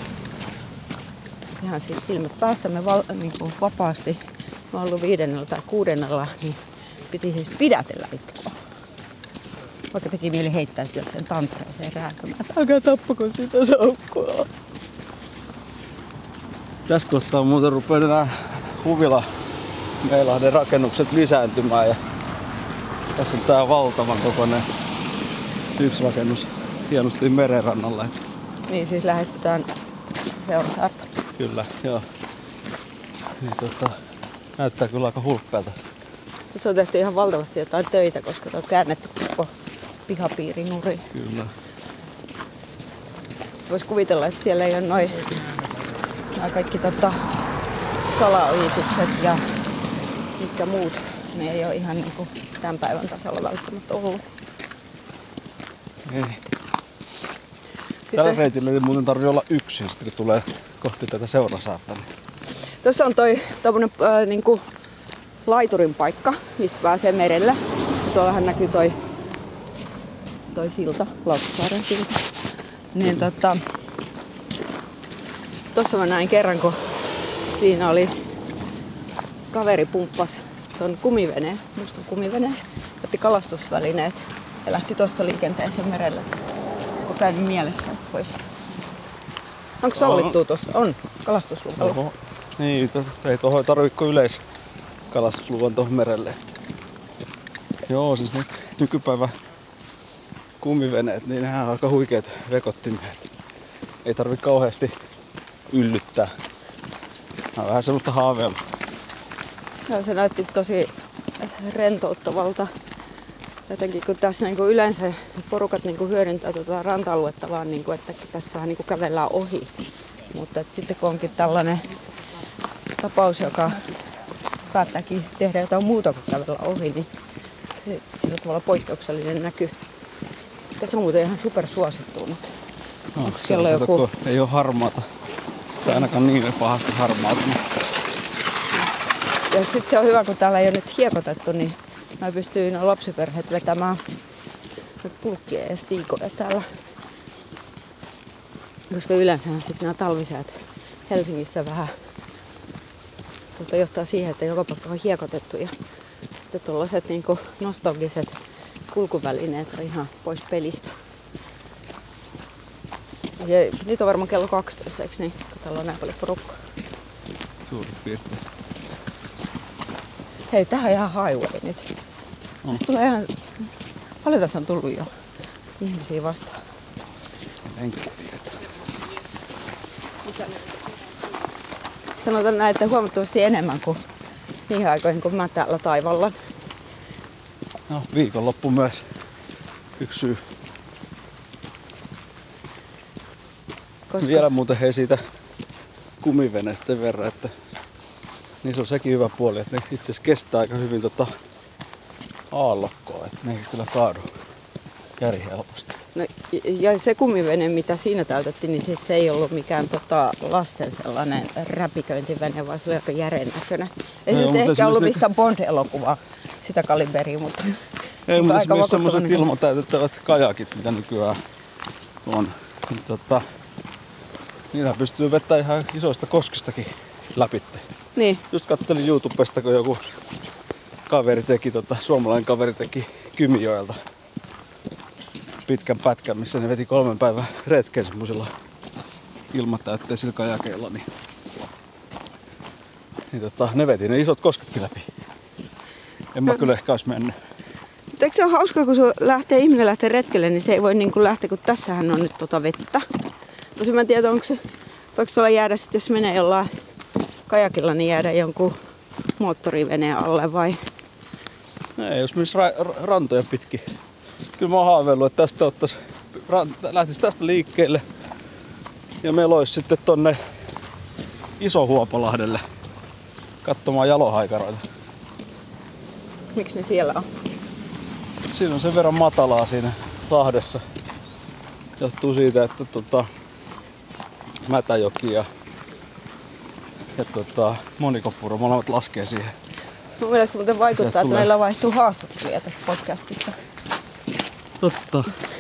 ihan siis silmät päästämme niin kuin vapaasti. Mä oon ollut 5. tai 6. niin piti siis pidätellä itkua. Vaikka teki mieli heittäytyä sen tantereeseen rääkymään, että älkää tappako sitä saukkoa. Tässä kohtaa muuten rupeaa nämä huvila Meilahden rakennukset lisääntymään ja tässä on tää valtavan kokoinen yksi rakennus hienosti merenrannalla. Niin siis lähestytään Seurasaarta. Kyllä, joo. Niin, näyttää kyllä aika hulppealta. Tässä on tehty ihan valtavasti jotain töitä, koska on käännetty koko pihapiiri nurin. Kyllä. Vois kuvitella, että siellä ei ole noi kaikki salaojitukset ja mitkä muut. Ne ei ole ihan niinku tämän päivän tasalla välttämättä ollut. Ei. Tällä reitillä ei muuten tarvitse olla yksin, sitten kun tulee kohti tätä Seurasaarta. Niin. Tuossa on tommonen niinku laiturin paikka, mistä pääsee merelle. Ja tuollahan näkyy toi silta, Lauttasaaren silta. Niin tossa mä näin kerran, kun siinä oli kaveri pumppas ton kumiveneen, mustan kumiveneen, otti kalastusvälineet ja lähti tosta liikenteeseen merelle. Onko käynyt mielessä, että vois... Onko sallittua tuossa? On kalastusluvalla. Niin, ei tuohon tarvitse yleiskalastusluvan tuohon merelle. Joo, siis nykypäivä kumiveneet, niin nehän on aika huikeat vekottimet. Ei tarvitse kauheasti yllyttää. Nämä on vähän semmoista haaveilua. Joo, se näytti tosi rentouttavalta. Jotenkin kun tässä niin kuin yleensä porukat niin kuin hyödyntää tuota ranta-aluetta vaan, niin kuin, että tässä vähän niin kuin kävellään ohi. Mutta sitten kun onkin tällainen tapaus, joka päättääkin tehdä jotain muuta kuin kävellä ohi, niin se sillä tavalla poikkeuksellinen näky. Tässä on muuten ihan supersuosittua, mutta no, siellä joku... Ei ole harmaata. Tai ainakaan niin pahasti harmaata. Ja sitten se on hyvä, kun täällä ei ole nyt hiekotettu, niin mä pystyin lapsiperheet vetämään pulkkia ja stiikoja täällä. Koska yleensä sitten nämä talvisäät Helsingissä vähän johtaa siihen, että joka paikka on hiekotettu. Ja sitten tuollaiset niinku nostalgiset kulkuvälineet on ihan pois pelistä. Ja nyt on varmaan kello 12, eikö niin? Kun täällä on näin paljon porukkaa. Suurin piirtein. Hei, tähän on ihan highway nyt. Tästä tulee ihan... Paljon tässä on tullut jo ihmisiä vastaan. Lenkkeilijät. Sanotaan näin, että huomattavasti enemmän kuin niihin aikoihin, kun mä täällä taivallan. No, viikonloppu myös yksi syy. Koska... Vielä muuten hei siitä kumiveneestä sen verran, että niissä on sekin hyvä puoli, että ne itse asiassa kestää aika hyvin aallokkoa, että ne ei kyllä kaadu järjelposti. No, ja se kumivene, mitä siinä täytettiin, niin se ei ollut mikään lasten sellainen räpiköintivene, vaan se oli aika jären näköinen. Ei se ehkä ollut missään Bond-elokuvaa sitä kaliberia, mutta... Ei, mutta esimerkiksi sellaiset ilmatäytettävät kajakit, mitä nykyään on, niin niitä pystyy vettämään ihan isoista koskistakin läpitte. Niin. Just kattelin YouTubesta, kun joku kaveri teki, suomalainen kaveri teki Kymijoelta pitkän pätkän, missä ne veti 3 päivän retken semmoisilla ilmatäytteisillä kajakeilla. Niin ne veti ne isot kosketkin läpi. En mä kyllä ehkä olisi mennyt. Mutta eikö se ole hauskaa, kun ihminen lähtee retkelle, niin se ei voi niin kuin lähteä, kun tässähän on nyt vettä. Tosin mä en tiedä, voiko se olla jäädä sitten, jos menee jollain kajakilla, niin jäädä jonkun moottoriveneen alle vai? Ei, jos menisi rantoja pitkin. Kyllä mä oon haaveillut, että lähtisi tästä liikkeelle ja meloisi sitten tonne Iso-Huopolahdelle katsomaan jalohaikaroita. Miksi ne siellä on? Siinä on sen verran matalaa siinä lahdessa. Johtuu siitä, että Mätäjoki ja Monikopuro molemmat laskee siihen. Mun mielestä se muuten vaikuttaa, että meillä vaihtuu haastattelija tässä podcastissa. Totta.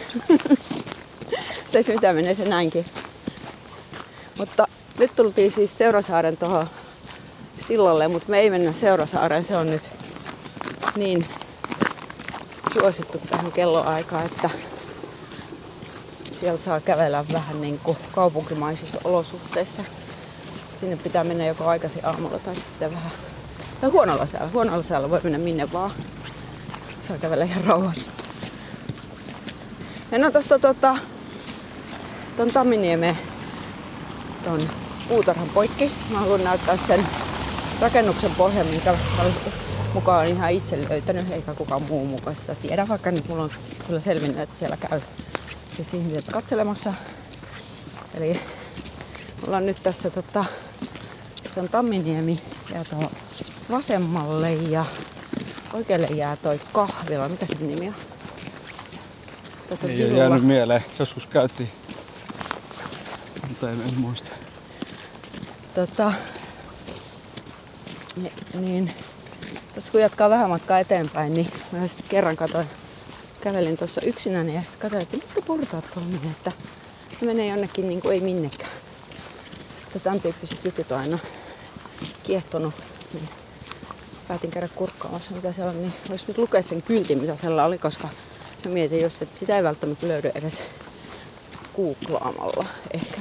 Teis mitään, menee se näinkin. Mutta nyt tultiin siis Seurasaaren tuohon sillalle, mutta me ei mennä Seurasaareen. Se on nyt niin suosittu tähän kelloaikaan, että siellä saa kävellä vähän niin kuin kaupunkimaisissa olosuhteissa. Sinne pitää mennä joko aikaisin aamulla tai sitten vähän tai huonolla säällä. Huonolla säällä voi mennä minne vaan. Saa kävellä ihan rauhassa. Mennään tuosta ton Tamminiemen ton puutarhan poikki. Mä haluan näyttää sen rakennuksen pohjan, minkä mukaan on ihan itse löytänyt, eikä kukaan muu mukaan sitä tiedä, vaikka nyt mulla on kyllä selvinnyt, että siellä käy siis ihmiset katselemassa. Eli ollaan nyt tässä se on Tamminiemi jää tuohon vasemmalle ja oikealle jää toi kahvila. Mikä sen nimi on? Ei ole jäänyt mieleen. Joskus käytiin, mutta en muista. Niin, tuossa kun jatkaa vähän matkaa eteenpäin, niin mä sitten kerran kävelin tuossa yksinäni ja sitten katsoin, että mitkä portaat tuolla menee, että ne menee jonnekin niin kuin ei minnekään. Sitten tämän tyyppiset jutut on aina kiehtonut, niin päätin käydä kurkkaamassa mitä siellä on, niin vois nyt lukea sen kyltin mitä siellä oli, koska mä mietin just, että sitä ei välttämättä löydy edes googlaamalla ehkä.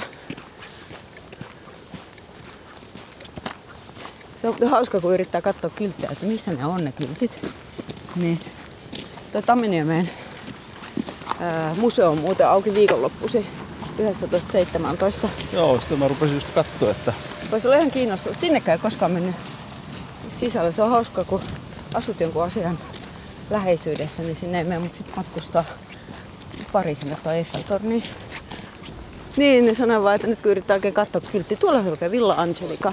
Se on hauska, kun yrittää katsoa kylttejä, että missä ne on ne kyltit. Niin. Tuo Tamminiemen museo on muuten auki viikonloppuisin 11.17. Joo, sitten mä rupesin just katsoa, että... Voisi olla ihan kiinnostavaa. Sinnekään ei koskaan mennyt sisälle. Se on hauska, kun asut jonkun asian läheisyydessä, niin sinne ei mene, mutta sitten matkustaa Pariisille tuo Eiffeltorniin. Niin, ne sanoo vaan, että nyt kun yrittää oikein katsoa kylttiä, tuolla on oikein Villa Angelica.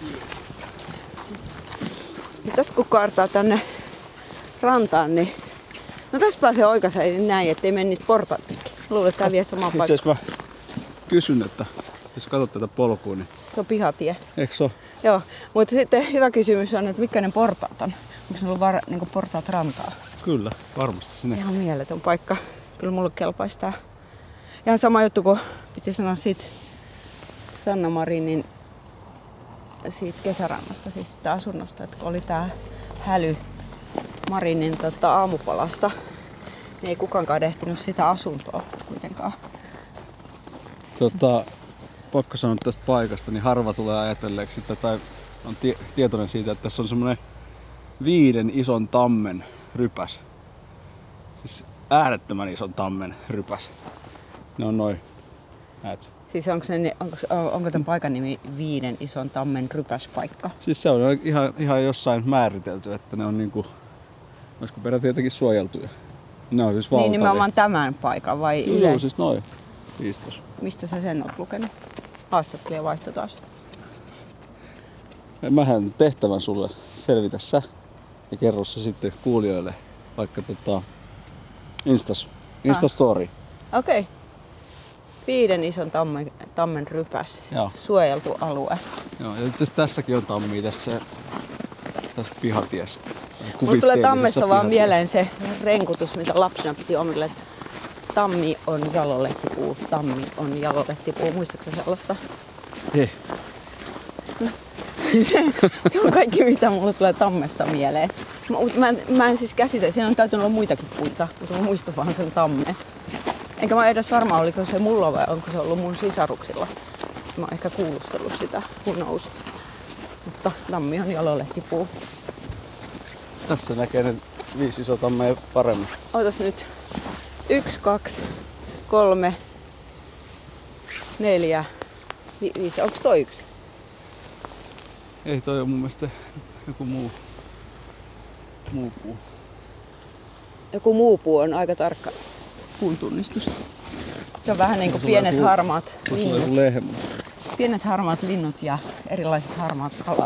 Ja tästä kun kaartaa tänne rantaan, niin no tässä pääsee oikaiseen näin, ettei mene niitä portaattekin. Luulen, että tää vie samaan paikkaan. Itse asiassa mä kysyn, että jos katsot tätä polkua, niin... Se on pihatie. Eikö se ole? Joo, mutta sitten hyvä kysymys on, että mitkä ne portaat on? Onko se ollut niin portaat rantaa? Kyllä, varmasti sinne. Ihan mieletön paikka. Kyllä mulle kelpaisi tää. Ihan sama juttu kuin piti sanoa siitä Sanna Marinin siitä kesärannasta, siis sitä asunnosta, että kun oli tää häly Marinin aamupalasta, niin ei kukaankaan ehtinyt sitä asuntoa kuitenkaan. Pakko sanoa tästä paikasta, niin harva tulee ajatelleeksi sitä, tai on tietoinen siitä, että tässä on semmoinen 5 ison tammen rypäs. Siis äärettömän ison tammen rypäs. Ne on noin, näet. Siis onko tämän paikan nimi 5 ison tammen rypäspaikka? Siis se on ihan jossain määritelty, että ne on niinku, olisiko peräti jotenkin suojeltuja. Ne on siis valtavia. Niin nimenomaan tämän paikan vai yle? Joo, siis noin. Kiistos. Mistä sä sen oot lukenut? Haastattelija vaihto taas. Mähän tehtävän sulle selvitä sä ja kerro se sitten kuulijoille vaikka Instastory. Okei. Okay. 5 ison tammen rypäs. Joo. Suojeltu alue. Joo, ja itse tässäkin on tammia tässä pihatiessä. Mulla tulee tammessa vaan mieleen se renkutus, mitä lapsena piti omille. Tammi on jalolehtipuu, tammi on jalolehtipuu. Muistatko sellaista? Ei. Se on kaikki, mitä mulle tulee tammesta mieleen. Mä en siis käsitä, siinä on täytynyt olla muitakin puita, mutta mä muistan vaan sen tammeen. Enkä mä edes varma, oliko se mulla vai onko se ollut mun sisaruksilla. Mä oon ehkä kuulustellut sitä, kun nousi. Mutta tammi on jalolehtipuu. Tässä näkee ne 5 isoa tammea paremmin. Ootas nyt. 1, 2, 3, 4, 5. Onko toi 1? Ei, toi on mun mielestä joku muu puu. Joku muu puu on aika tarkka puun tunnistus. Se on vähän niin kuin pienet harmaat linnut. Pienet harmaat linnut ja erilaiset harmaat kalat.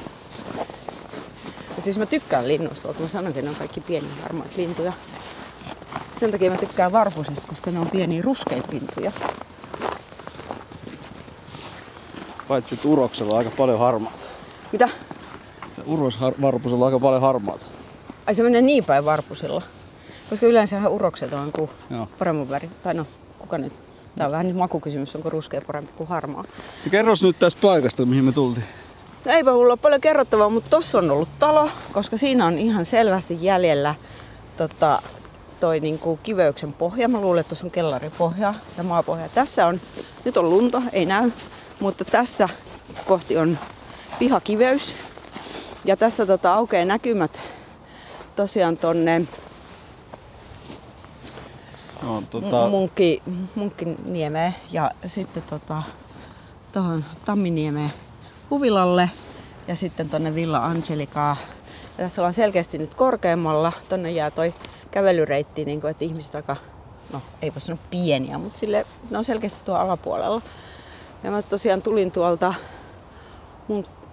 Ja siis mä tykkään linnusta, mutta mä sanonkin, että ne on kaikki pieniä harmaat lintuja. Sen takia mä tykkään varpusesta, koska ne on pieniä ruskeita lintuja. Paitsi että uroksella on aika paljon harmaata. Mitä? Urosvarpusella on aika paljon harmaata. Ai se menee niin päin varpusilla. Koska yleensähän urokset on kuin paremman väri. Tai no, kuka nyt? Tää on vähän nyt makukysymys, onko ruskea parempi kuin harmaa. Ja kerros nyt tästä paikasta, mihin me tultiin. No eipä mulla ole paljon kerrottavaa, mutta tossa on ollut talo, koska siinä on ihan selvästi jäljellä toi niinku kiveyksen pohja. Mä luulen, että tuossa on kellaripohja, se maapohja. Tässä on, nyt on lunta, ei näy, mutta tässä kohti on pihakiveys. Ja tässä aukeaa näkymät tosiaan tonne Munkkiniemeen ja sitten tuohon Tamminiemeen huvilalle ja sitten tonne Villa Angelicaan. Ja tässä ollaan selkeästi nyt korkeammalla. Tonne jää toi kävelyreitti, niin kuin, että ihmiset aika, no ei voi sanoa pieniä, mutta sille, ne on selkeästi tuolla alapuolella. Ja mä tosiaan tulin tuolta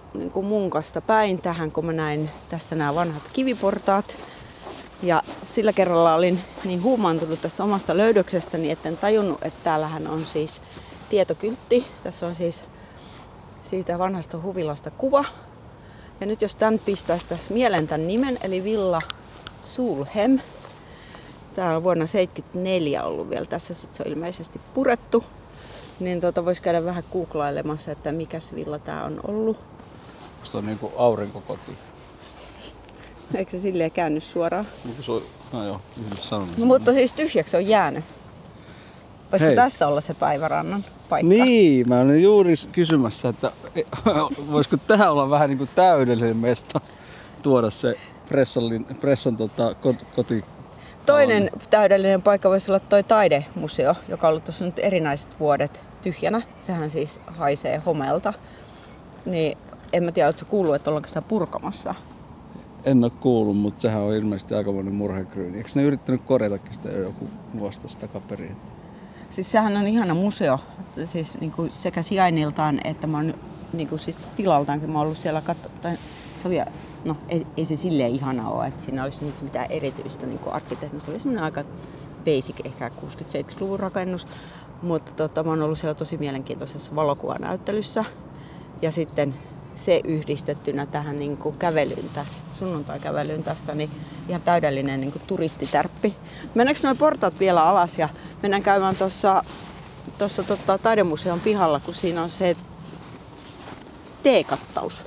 niin kuin Munkasta päin tähän, kun mä näin tässä nämä vanhat kiviportaat. Ja sillä kerralla olin niin huumaantunut tästä omasta löydöksestäni, etten tajunnut, että täällähän on siis tietokyltti. Tässä on siis siitä vanhasta huvilasta kuva. Ja nyt jos tämän pistäisi tässä mieleen tämän nimen, eli Villa Sulhem. Tää on vuonna 1974 ollut vielä tässä, sit se on ilmeisesti purettu. Niin voisi käydä vähän googlailemassa, että mikäs villa tää on ollut. Onko se niinku aurinkokoti? Eikö se silleen käänny suoraan? No joo, sanon. No, mutta siis tyhjäksi on jäänyt. Voisiko tässä olla se päivärannan paikka? Niin, mä olin juuri kysymässä, että voisiko tähän olla vähän niin kuin täydellinen mesta tuoda se pressan koti. Toinen täydellinen paikka voisi olla toi taidemuseo, joka on ollut tuossa nyt erinäiset vuodet tyhjänä. Sehän siis haisee homeelta. Niin en mä tiedä, ootko kuullut, että ollaanko sitä purkamassa? En ole kuullut, mutta sehän on ilmeisesti aikamoinen murhekryyni. Eikö ne yrittänyt korjatakin sitä jo joku vuosi takaperin? Siis sehän on ihana museo, siis niinku sekä sijainniltaan että mä oon niinku siis tilaltaankin mä oon ollut siellä se oli, no ei se silleen ihana ole, että siinä olisi niinku mitään erityistä niinku arkkitehtuuria. Se oli semmoinen aika basic, ehkä 60-70-luvun rakennus, mutta mä oon ollut siellä tosi mielenkiintoisessa valokuvanäyttelyssä ja sitten se yhdistettynä tähän niin kuin kävelyyn tässä, sunnuntai-kävelyyn tässä, niin ihan täydellinen niin kuin turistitärppi. Mennäänkö nuo portaat vielä alas ja mennään käymään tuossa taidemuseon pihalla, kun siinä on se teekattaus.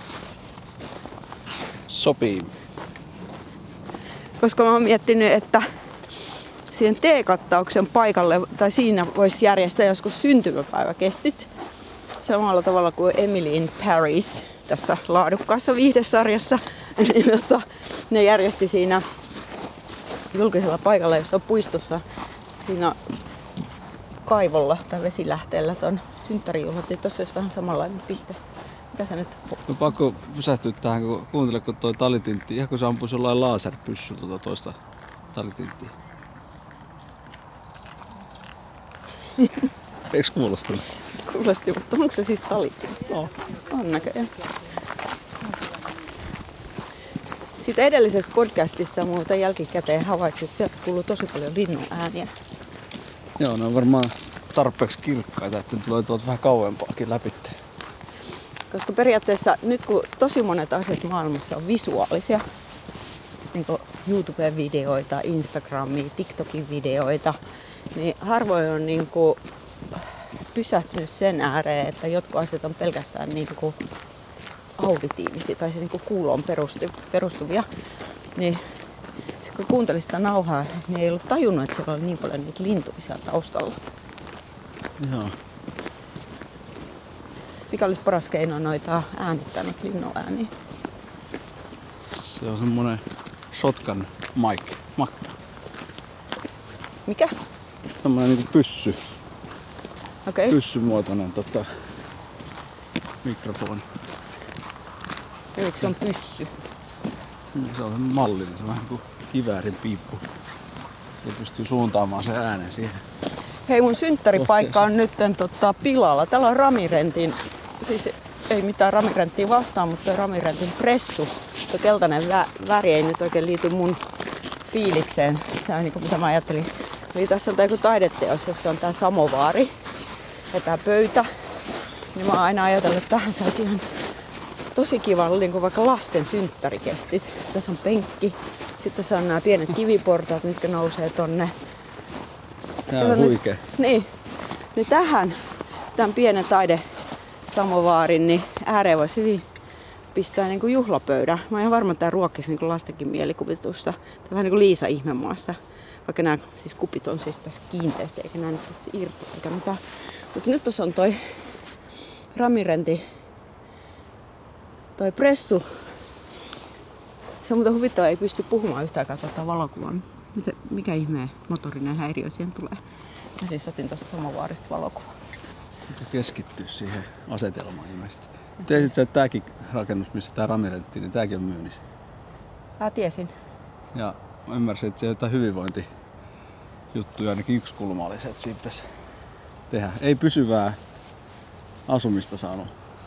Sopii. Koska mä oon miettinyt, että siihen teekattauksen paikalle, tai siinä voisi järjestää joskus syntymäpäiväkestit. Samalla tavalla kuin Emily in Paris tässä laadukkaassa viihdesarjassa. Ne järjesti siinä julkisella paikalla, jossa on puistossa siinä kaivolla tai vesilähteellä ton synttärijuhlat. Niin tossa olisi vähän samanlainen piste. Mitä sä nyt? No pakko pysähtyä tähän, kun kuuntele, kun toi talitintti, ihan kun se ampuisi jollain laserpyssy toista talitinttiä. Eikö kuulostanut? Kuulosti, mutta onko se siis talitintti? On näköjään. Siitä edellisestä podcastissa muuten jälkikäteen havaitsin, että sieltä kuuluu tosi paljon linnun ääniä. Joo, ne on varmaan tarpeeksi kirkkaita, että ne tulee tuolta vähän kauempaakin läpi. Koska periaatteessa nyt kun tosi monet asiat maailmassa on visuaalisia, niin kuin YouTube-videoita, Instagramia, TikTokin videoita, niin harvoin on niin kuin pysähtynyt sen ääreen, että jotkut asiat on pelkästään niin kuin auditiivisia tai se niin kuin kuuloon perustuvia. Niin kun kuuntelin sitä nauhaa, niin ei ollut tajunnut, että siellä oli niin paljon niitä lintuja siellä taustalla. Joo. Mikä olisi paras keino noita äänittää noita linnun ääniä? Se on semmonen shotgun mic. Mikä? Semmonen niinku pyssy. Okei. Pyssymuotoinen mikrofoni. Eikö se on pyssy? Se on mallinen, se on vähän kuin kiväärin piippu. Sillä pystyy suuntaamaan sen äänen siihen. Hei, mun synttäripaikka on nyt pilalla. Täällä on Ramirentin, siis ei mitään Ramirenttiä vastaan, mutta Ramirentin pressu. Tuo keltainen väri ei nyt oikein liity mun fiilikseen, tämä niin kuin mitä mä ajattelin. Eli tässä on joku taideteos, jossa on tää samovaari ja tää pöytä. Niin mä oon aina ajatellut, että tähän saisi ihan tosi kivan niin kuin vaikka lasten synttärikestit. Tässä on penkki, sitten tässä on nämä pienet kiviportaat, mitkä nousee tonne. Tää on huikea. Niin tähän, tämän pienen taidesamovaarin, niin ääreen voisi hyvin pistää niin kuin juhlapöydän. Mä oon ihan varma, että tämä ruokkisi niin kuin lastenkin mielikuvitusta. Tämä on vähän niin kuin Liisa Ihmemaassa. Vaikka nämä siis kupit on siis tässä kiinteästi, eikä nämä nyt tästä irti eikä mitään. Mutta nyt tuossa on toi Ramirentti, toi pressu. Se on muuten huvittava, ei pysty puhumaan yhtään katsotaan valokuvan. Mikä ihmeen motorinen häiriö siihen tulee? Mä siis otin tuosta samovaarista valokuvaa. Keskittyy siihen asetelmaan ilmeisesti. Tiesit sä, että tääkin rakennus, missä tää Ramirentti, niin tääkin on myynnissä? Tiesin. Ja mä ymmärsin, että se jotain hyvinvointijuttuja, ainakin yksi kulma oli se, että siinä pitäisi tehdä. Ei pysyvää asumista saanut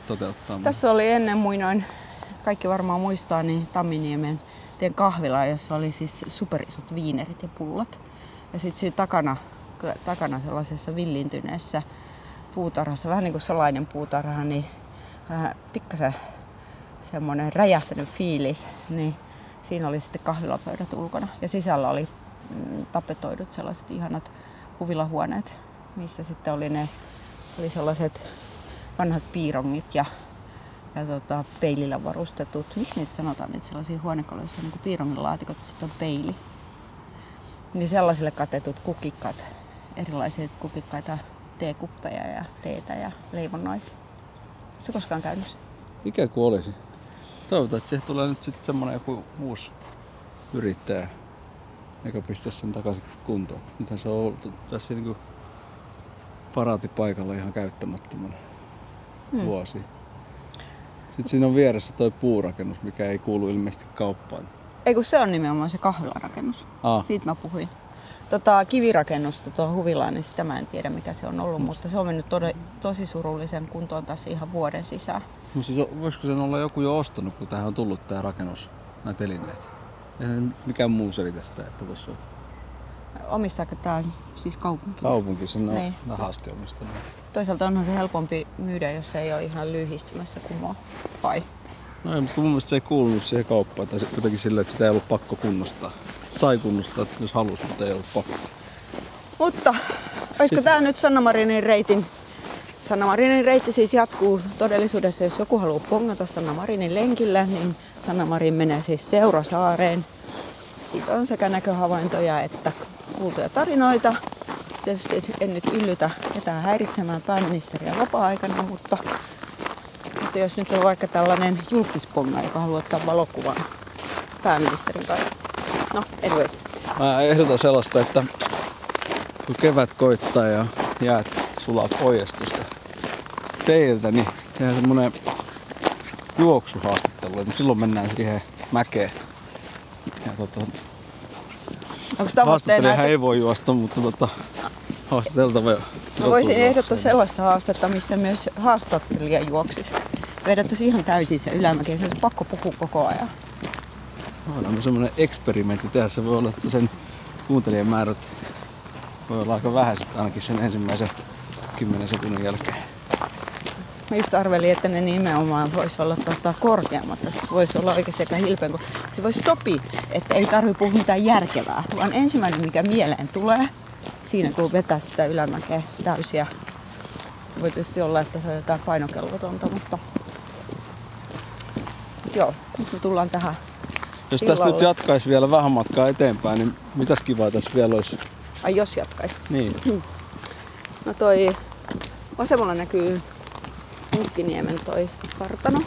toteuttaa? Tässä oli ennen muinoin, kaikki varmaan muistaa, niin Tamminiemen tien kahvila, jossa oli siis superisot viinerit ja pullot. Ja sitten siinä takana sellaisessa villiintyneessä puutarhassa, vähän niin kuin salainen puutarha, niin pikkasen semmoinen räjähtänyt fiilis, niin siinä oli sitten kahvilapöydät ulkona. Ja sisällä oli tapetoidut sellaiset ihanat huvilahuoneet, missä sitten oli sellaiset vanhat piirongit ja peilillä varustetut. Miksi niitä sanotaan, niitä sellaisia huonekaluja, niin kuin piirongin laatikot, sitten on peili. Niin sellaisille katetut kukikkat, erilaisia kukikkaita, teekuppeja ja teetä ja leivonnaisia. Oletko koskaan käynyt? Ikään kuin olisi. Toivotaan, että siihen tulee nyt sitten semmoinen joku uusi yrittäjä, joka pistää sen takaisin kuntoon. Nythän se on ollut tässä niinku paraatipaikalla ihan käyttämättömänä vuosi. Sitten siinä on vieressä toi puurakennus, mikä ei kuulu ilmeisesti kauppaan. Ei kun se on nimenomaan se kahvilarakennus. Siitä mä puhuin. Kivirakennusta tuohon huvilaan, niin sitä mä en tiedä mikä se on ollut, mutta se on mennyt tosi surullisen kuntoon tässä ihan vuoden sisään. No siis voisiko sen olla joku jo ostanut, kun tähän on tullut tää rakennus, nämä telineet? Eihän mikään muu selitä sitä, että tuossa on. Omistaako tää siis kaupunki? Kaupunki, sen on nahasti omistanut. Toisaalta onhan se helpompi myydä, jos se ei ole ihan lyhistymässä kumoa, vai? No ei, mutta mun mielestä se ei kuulunut siihen kauppaan, tai jotenkin sillä, että sitä ei ollut pakko kunnostaa. Sai kunnostaa, jos halusi, mutta ei ollut pakko. Mutta olisiko tää nyt Sanna Marinin reitin? Sanna Marinin reitti siis jatkuu todellisuudessa, jos joku haluaa pongata Sanna Marinin lenkillä, niin Sanna Marin menee siis Seurasaareen. Siitä on sekä näköhavaintoja että kuultuja tarinoita. Tietysti en nyt yllytä ketään häiritsemään pääministeriä vapaa-aikana, mutta jos nyt on vaikka tällainen julkisponga, joka haluaa ottaa valokuvan pääministerin kanssa. No, anyways. Mä ehdotan sellaista, että kun kevät koittaa ja jäät sulaa poistusta teiltä, niin tehdään semmonen juoksuhaastattelu. Silloin mennään siihen mäkeen. Ja haastattelijahan ei voi juosta, mutta haastateltava jo. Mä voisin ehdottaa sellaista haastetta, missä myös haastattelija juoksisi. Vedettäisiin ihan täysin se ylämäki, se olisi pakko puhua koko ajan. Voidaan semmoinen eksperimentti tehdä. Se voi olla, että sen kuuntelijamäärät voi olla aika vähäiset ainakin sen ensimmäisen 10 sekunnin jälkeen. Mä just arvelin, että ne nimenomaan voisi olla korkeammat. Se voisi olla oikeasti aika hilpeä, kun se voisi sopia, että ei tarvitse puhua mitään järkevää, vaan ensimmäinen, mikä mieleen tulee, siinä kun vetää sitä ylämäkeä täysiä. Se voi tietysti olla, että se on jotain painokelvotonta, mutta joo, nyt me tullaan tähän jos sillalle. tästä nyt jatkaisi vielä vähän matkaa eteenpäin, niin mitäs kivaa tässä vielä olisi? Ai jos jatkaisi? Niin. No toi vasemmalla näkyy Munkkiniemen toi kartano.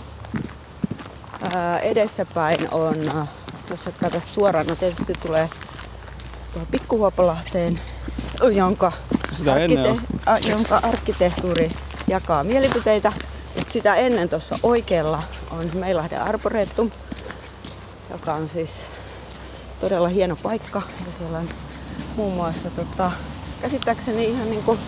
Edessäpäin on, jos jatkaa tästä suoraan, no tietysti tulee tuohon Pikkuhuopalahteen, jonka arkkitehtuuri jakaa mielipiteitä. Et sitä ennen tuossa oikealla on Meilahden Arboretum, joka on siis todella hieno paikka. Ja siellä on muun muassa käsittääkseni ihan niinku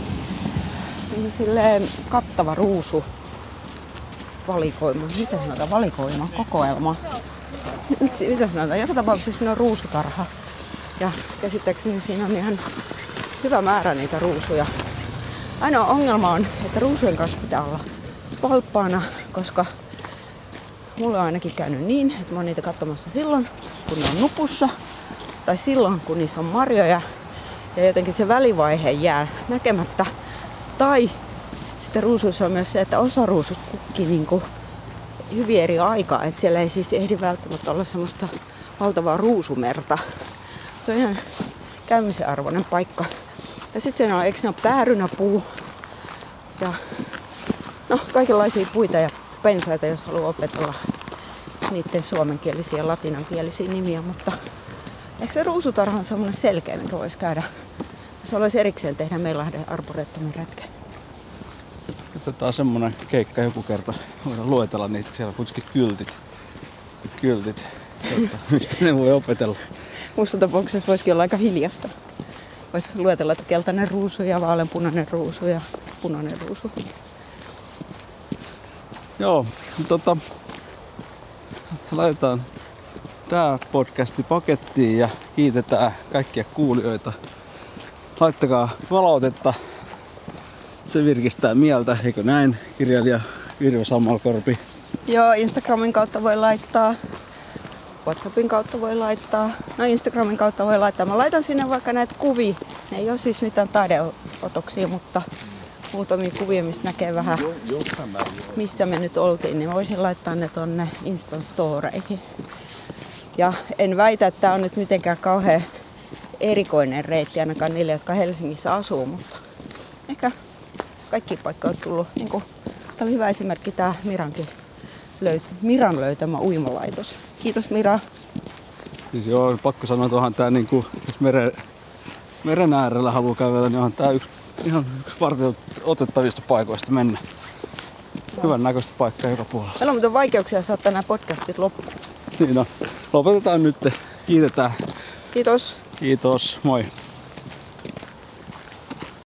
kattava ruusuvalikoima. Mitä sanotaan? Valikoima? Kokoelma? Mitä sanotaan? Joka tapauksessa siinä on ruusutarha. Ja käsittääkseni siinä on ihan hyvä määrä niitä ruusuja. Ainoa ongelma on, että ruusujen kanssa pitää olla valppaana, koska mulla on ainakin käynyt niin, että mä oon niitä katsomassa silloin, kun ne on nupussa, tai silloin, kun niissä on marjoja, ja jotenkin se välivaihe jää näkemättä. Tai sitten ruusuissa on myös se, että osa ruusut kukkii niin hyvin eri aikaa, että siellä ei siis ehdi välttämättä olla semmoista valtavaa ruusumerta. Se on ihan käymisen arvoinen paikka. Ja sitten siinä on, eikö se ole päärynäpuu ja no, kaikenlaisia puita ja pensaita, jos haluaa opetella niiden suomenkielisiä ja latinankielisiä nimiä, mutta ehkä se ruusutarha on semmoinen selkeä, minkä voisi käydä, jos olisi erikseen tehdä Meilahden Arboretumin retken. Otetaan semmonen keikka joku kerta. Voidaan luetella niitä, siellä on kuitenkin kyltit, mistä ne voi opetella. Muussa tapauksessa voisikin olla aika hiljasta. Voisi luetella, että keltainen ruusu ja vaaleanpunainen ruusu ja punainen ruusu. Joo, laitetaan tää podcasti pakettiin ja kiitetään kaikkia kuulijoita. Laittakaa palautetta. Se virkistää mieltä, eikö näin, kirjailija Virva Sammalkorpi? Joo, Instagramin kautta voi laittaa. WhatsAppin kautta voi laittaa. No Instagramin kautta voi laittaa. Mä laitan sinne vaikka näitä kuvia. Ne ei ole siis mitään taideotoksia, mutta muutamia kuvia, mistä näkee vähän missä me nyt oltiin. Niin voisin laittaa ne tonne Instan storeihin. Ja en väitä, että tää on nyt mitenkään kauhean erikoinen reitti ainakaan niille, jotka Helsingissä asuu, mutta ehkä kaikki paikkoja on tullut. Niin kuin, tää oli hyvä esimerkki tää Miran löytämä uimalaitos. Kiitos Mira. Siis joo, pakko sanoa, että onhan tää niinku, jos meren äärellä haluaa kävellä, niin onhan tää ihan yksi varten otettavista paikoista mennä. Hyvän näköistä paikkaa joka puolella. Meillä on muuten vaikeuksia saattaa nämä podcastit loppuun. Niin no, lopetetaan nyt. Kiitetään. Kiitos. Kiitos, moi.